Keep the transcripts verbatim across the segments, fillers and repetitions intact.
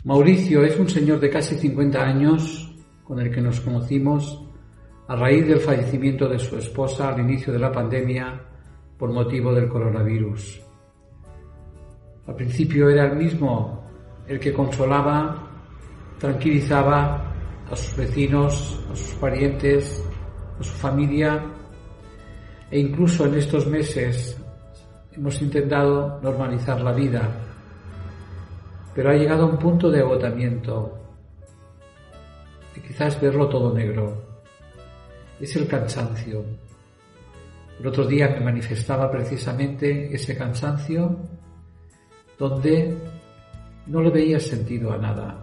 Mauricio es un señor de casi cincuenta años con el que nos conocimos a raíz del fallecimiento de su esposa al inicio de la pandemia por motivo del coronavirus. Al principio era él mismo el que consolaba, tranquilizaba a sus vecinos, a sus parientes, a su familia, e incluso en estos meses hemos intentado normalizar la vida, pero ha llegado a un punto de agotamiento, de quizás verlo todo negro. Es el cansancio. El otro día me manifestaba precisamente ese cansancio donde no le veía sentido a nada.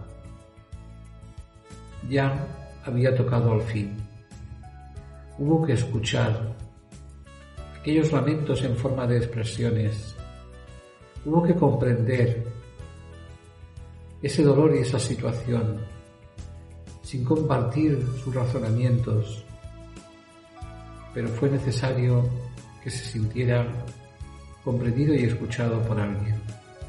Ya había tocado al fin. Hubo que escuchar aquellos lamentos en forma de expresiones. Hubo que comprender ese dolor y esa situación sin compartir sus razonamientos, pero fue necesario que se sintiera comprendido y escuchado por alguien.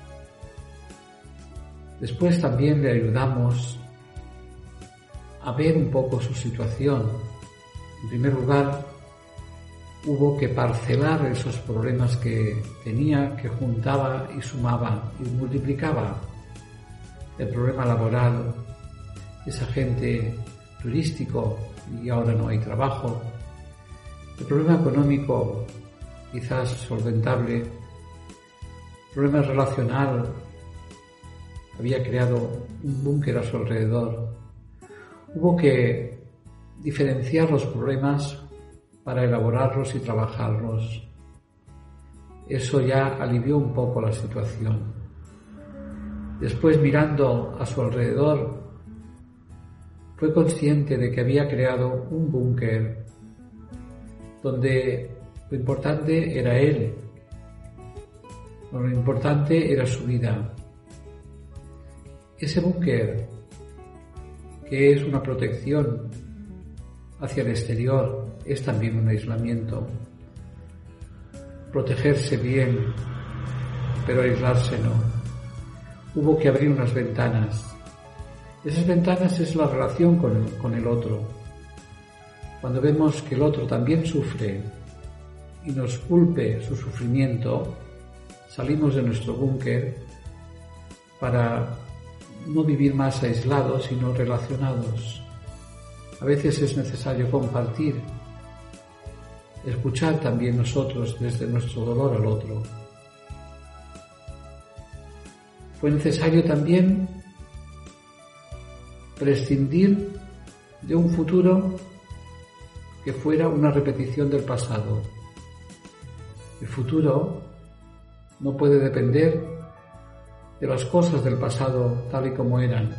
Después también le ayudamos a ver un poco su situación. En primer lugar, hubo que parcelar esos problemas que tenía, que juntaba y sumaba y multiplicaba. El problema laboral, ese agente turístico y ahora no hay trabajo. El problema económico, quizás solventable. El problema relacional, había creado un búnker a su alrededor. Hubo que diferenciar los problemas para elaborarlos y trabajarlos. Eso ya alivió un poco la situación. Después, mirando a su alrededor, fue consciente de que había creado un búnker donde lo importante era él, lo importante era su vida. Ese búnker, que es una protección hacia el exterior, es también un aislamiento. Protegerse bien, pero aislarse no. Hubo que abrir unas ventanas. Esas ventanas es la relación con el, con el otro. Cuando vemos que el otro también sufre y nos culpe su sufrimiento, salimos de nuestro búnker para no vivir más aislados, sino relacionados. A veces es necesario compartir, escuchar también nosotros desde nuestro dolor al otro. Fue necesario también prescindir de un futuro que fuera una repetición del pasado. El futuro no puede depender de las cosas del pasado tal y como eran.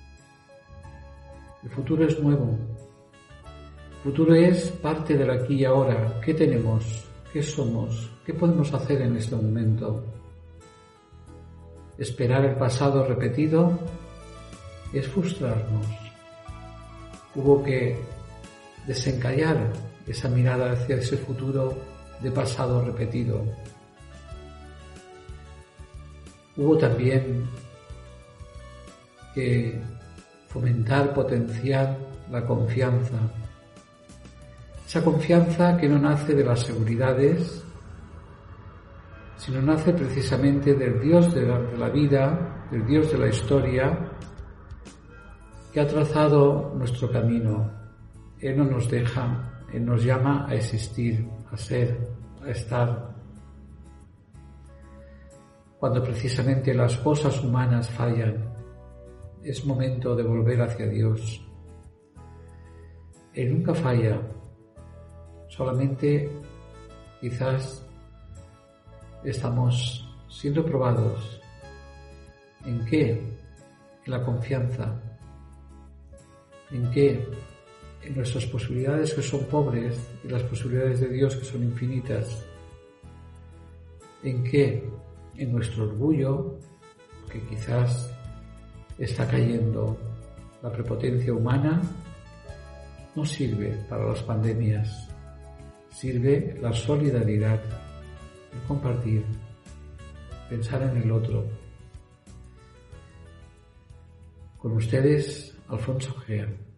El futuro es nuevo. El futuro es parte del aquí y ahora. ¿Qué tenemos? ¿Qué somos? ¿Qué podemos hacer en este momento? Esperar el pasado repetido es frustrarnos. Hubo que desencallar esa mirada hacia ese futuro de pasado repetido. Hubo también que fomentar, potenciar la confianza. Esa confianza que no nace de las seguridades, sino nace precisamente del Dios de la, de la vida, del Dios de la historia, que ha trazado nuestro camino. Él no nos deja, Él nos llama a existir, a ser, a estar. Cuando precisamente las cosas humanas fallan, es momento de volver hacia Dios. Él nunca falla, solamente quizás estamos siendo probados. ¿En qué? En la confianza. ¿En qué? En nuestras posibilidades que son pobres y las posibilidades de Dios que son infinitas. ¿En qué? En nuestro orgullo, que quizás está cayendo. La prepotencia humana no sirve para las pandemias, sirve la solidaridad, el compartir, pensar en el otro. Con ustedes, Alfonso Gea.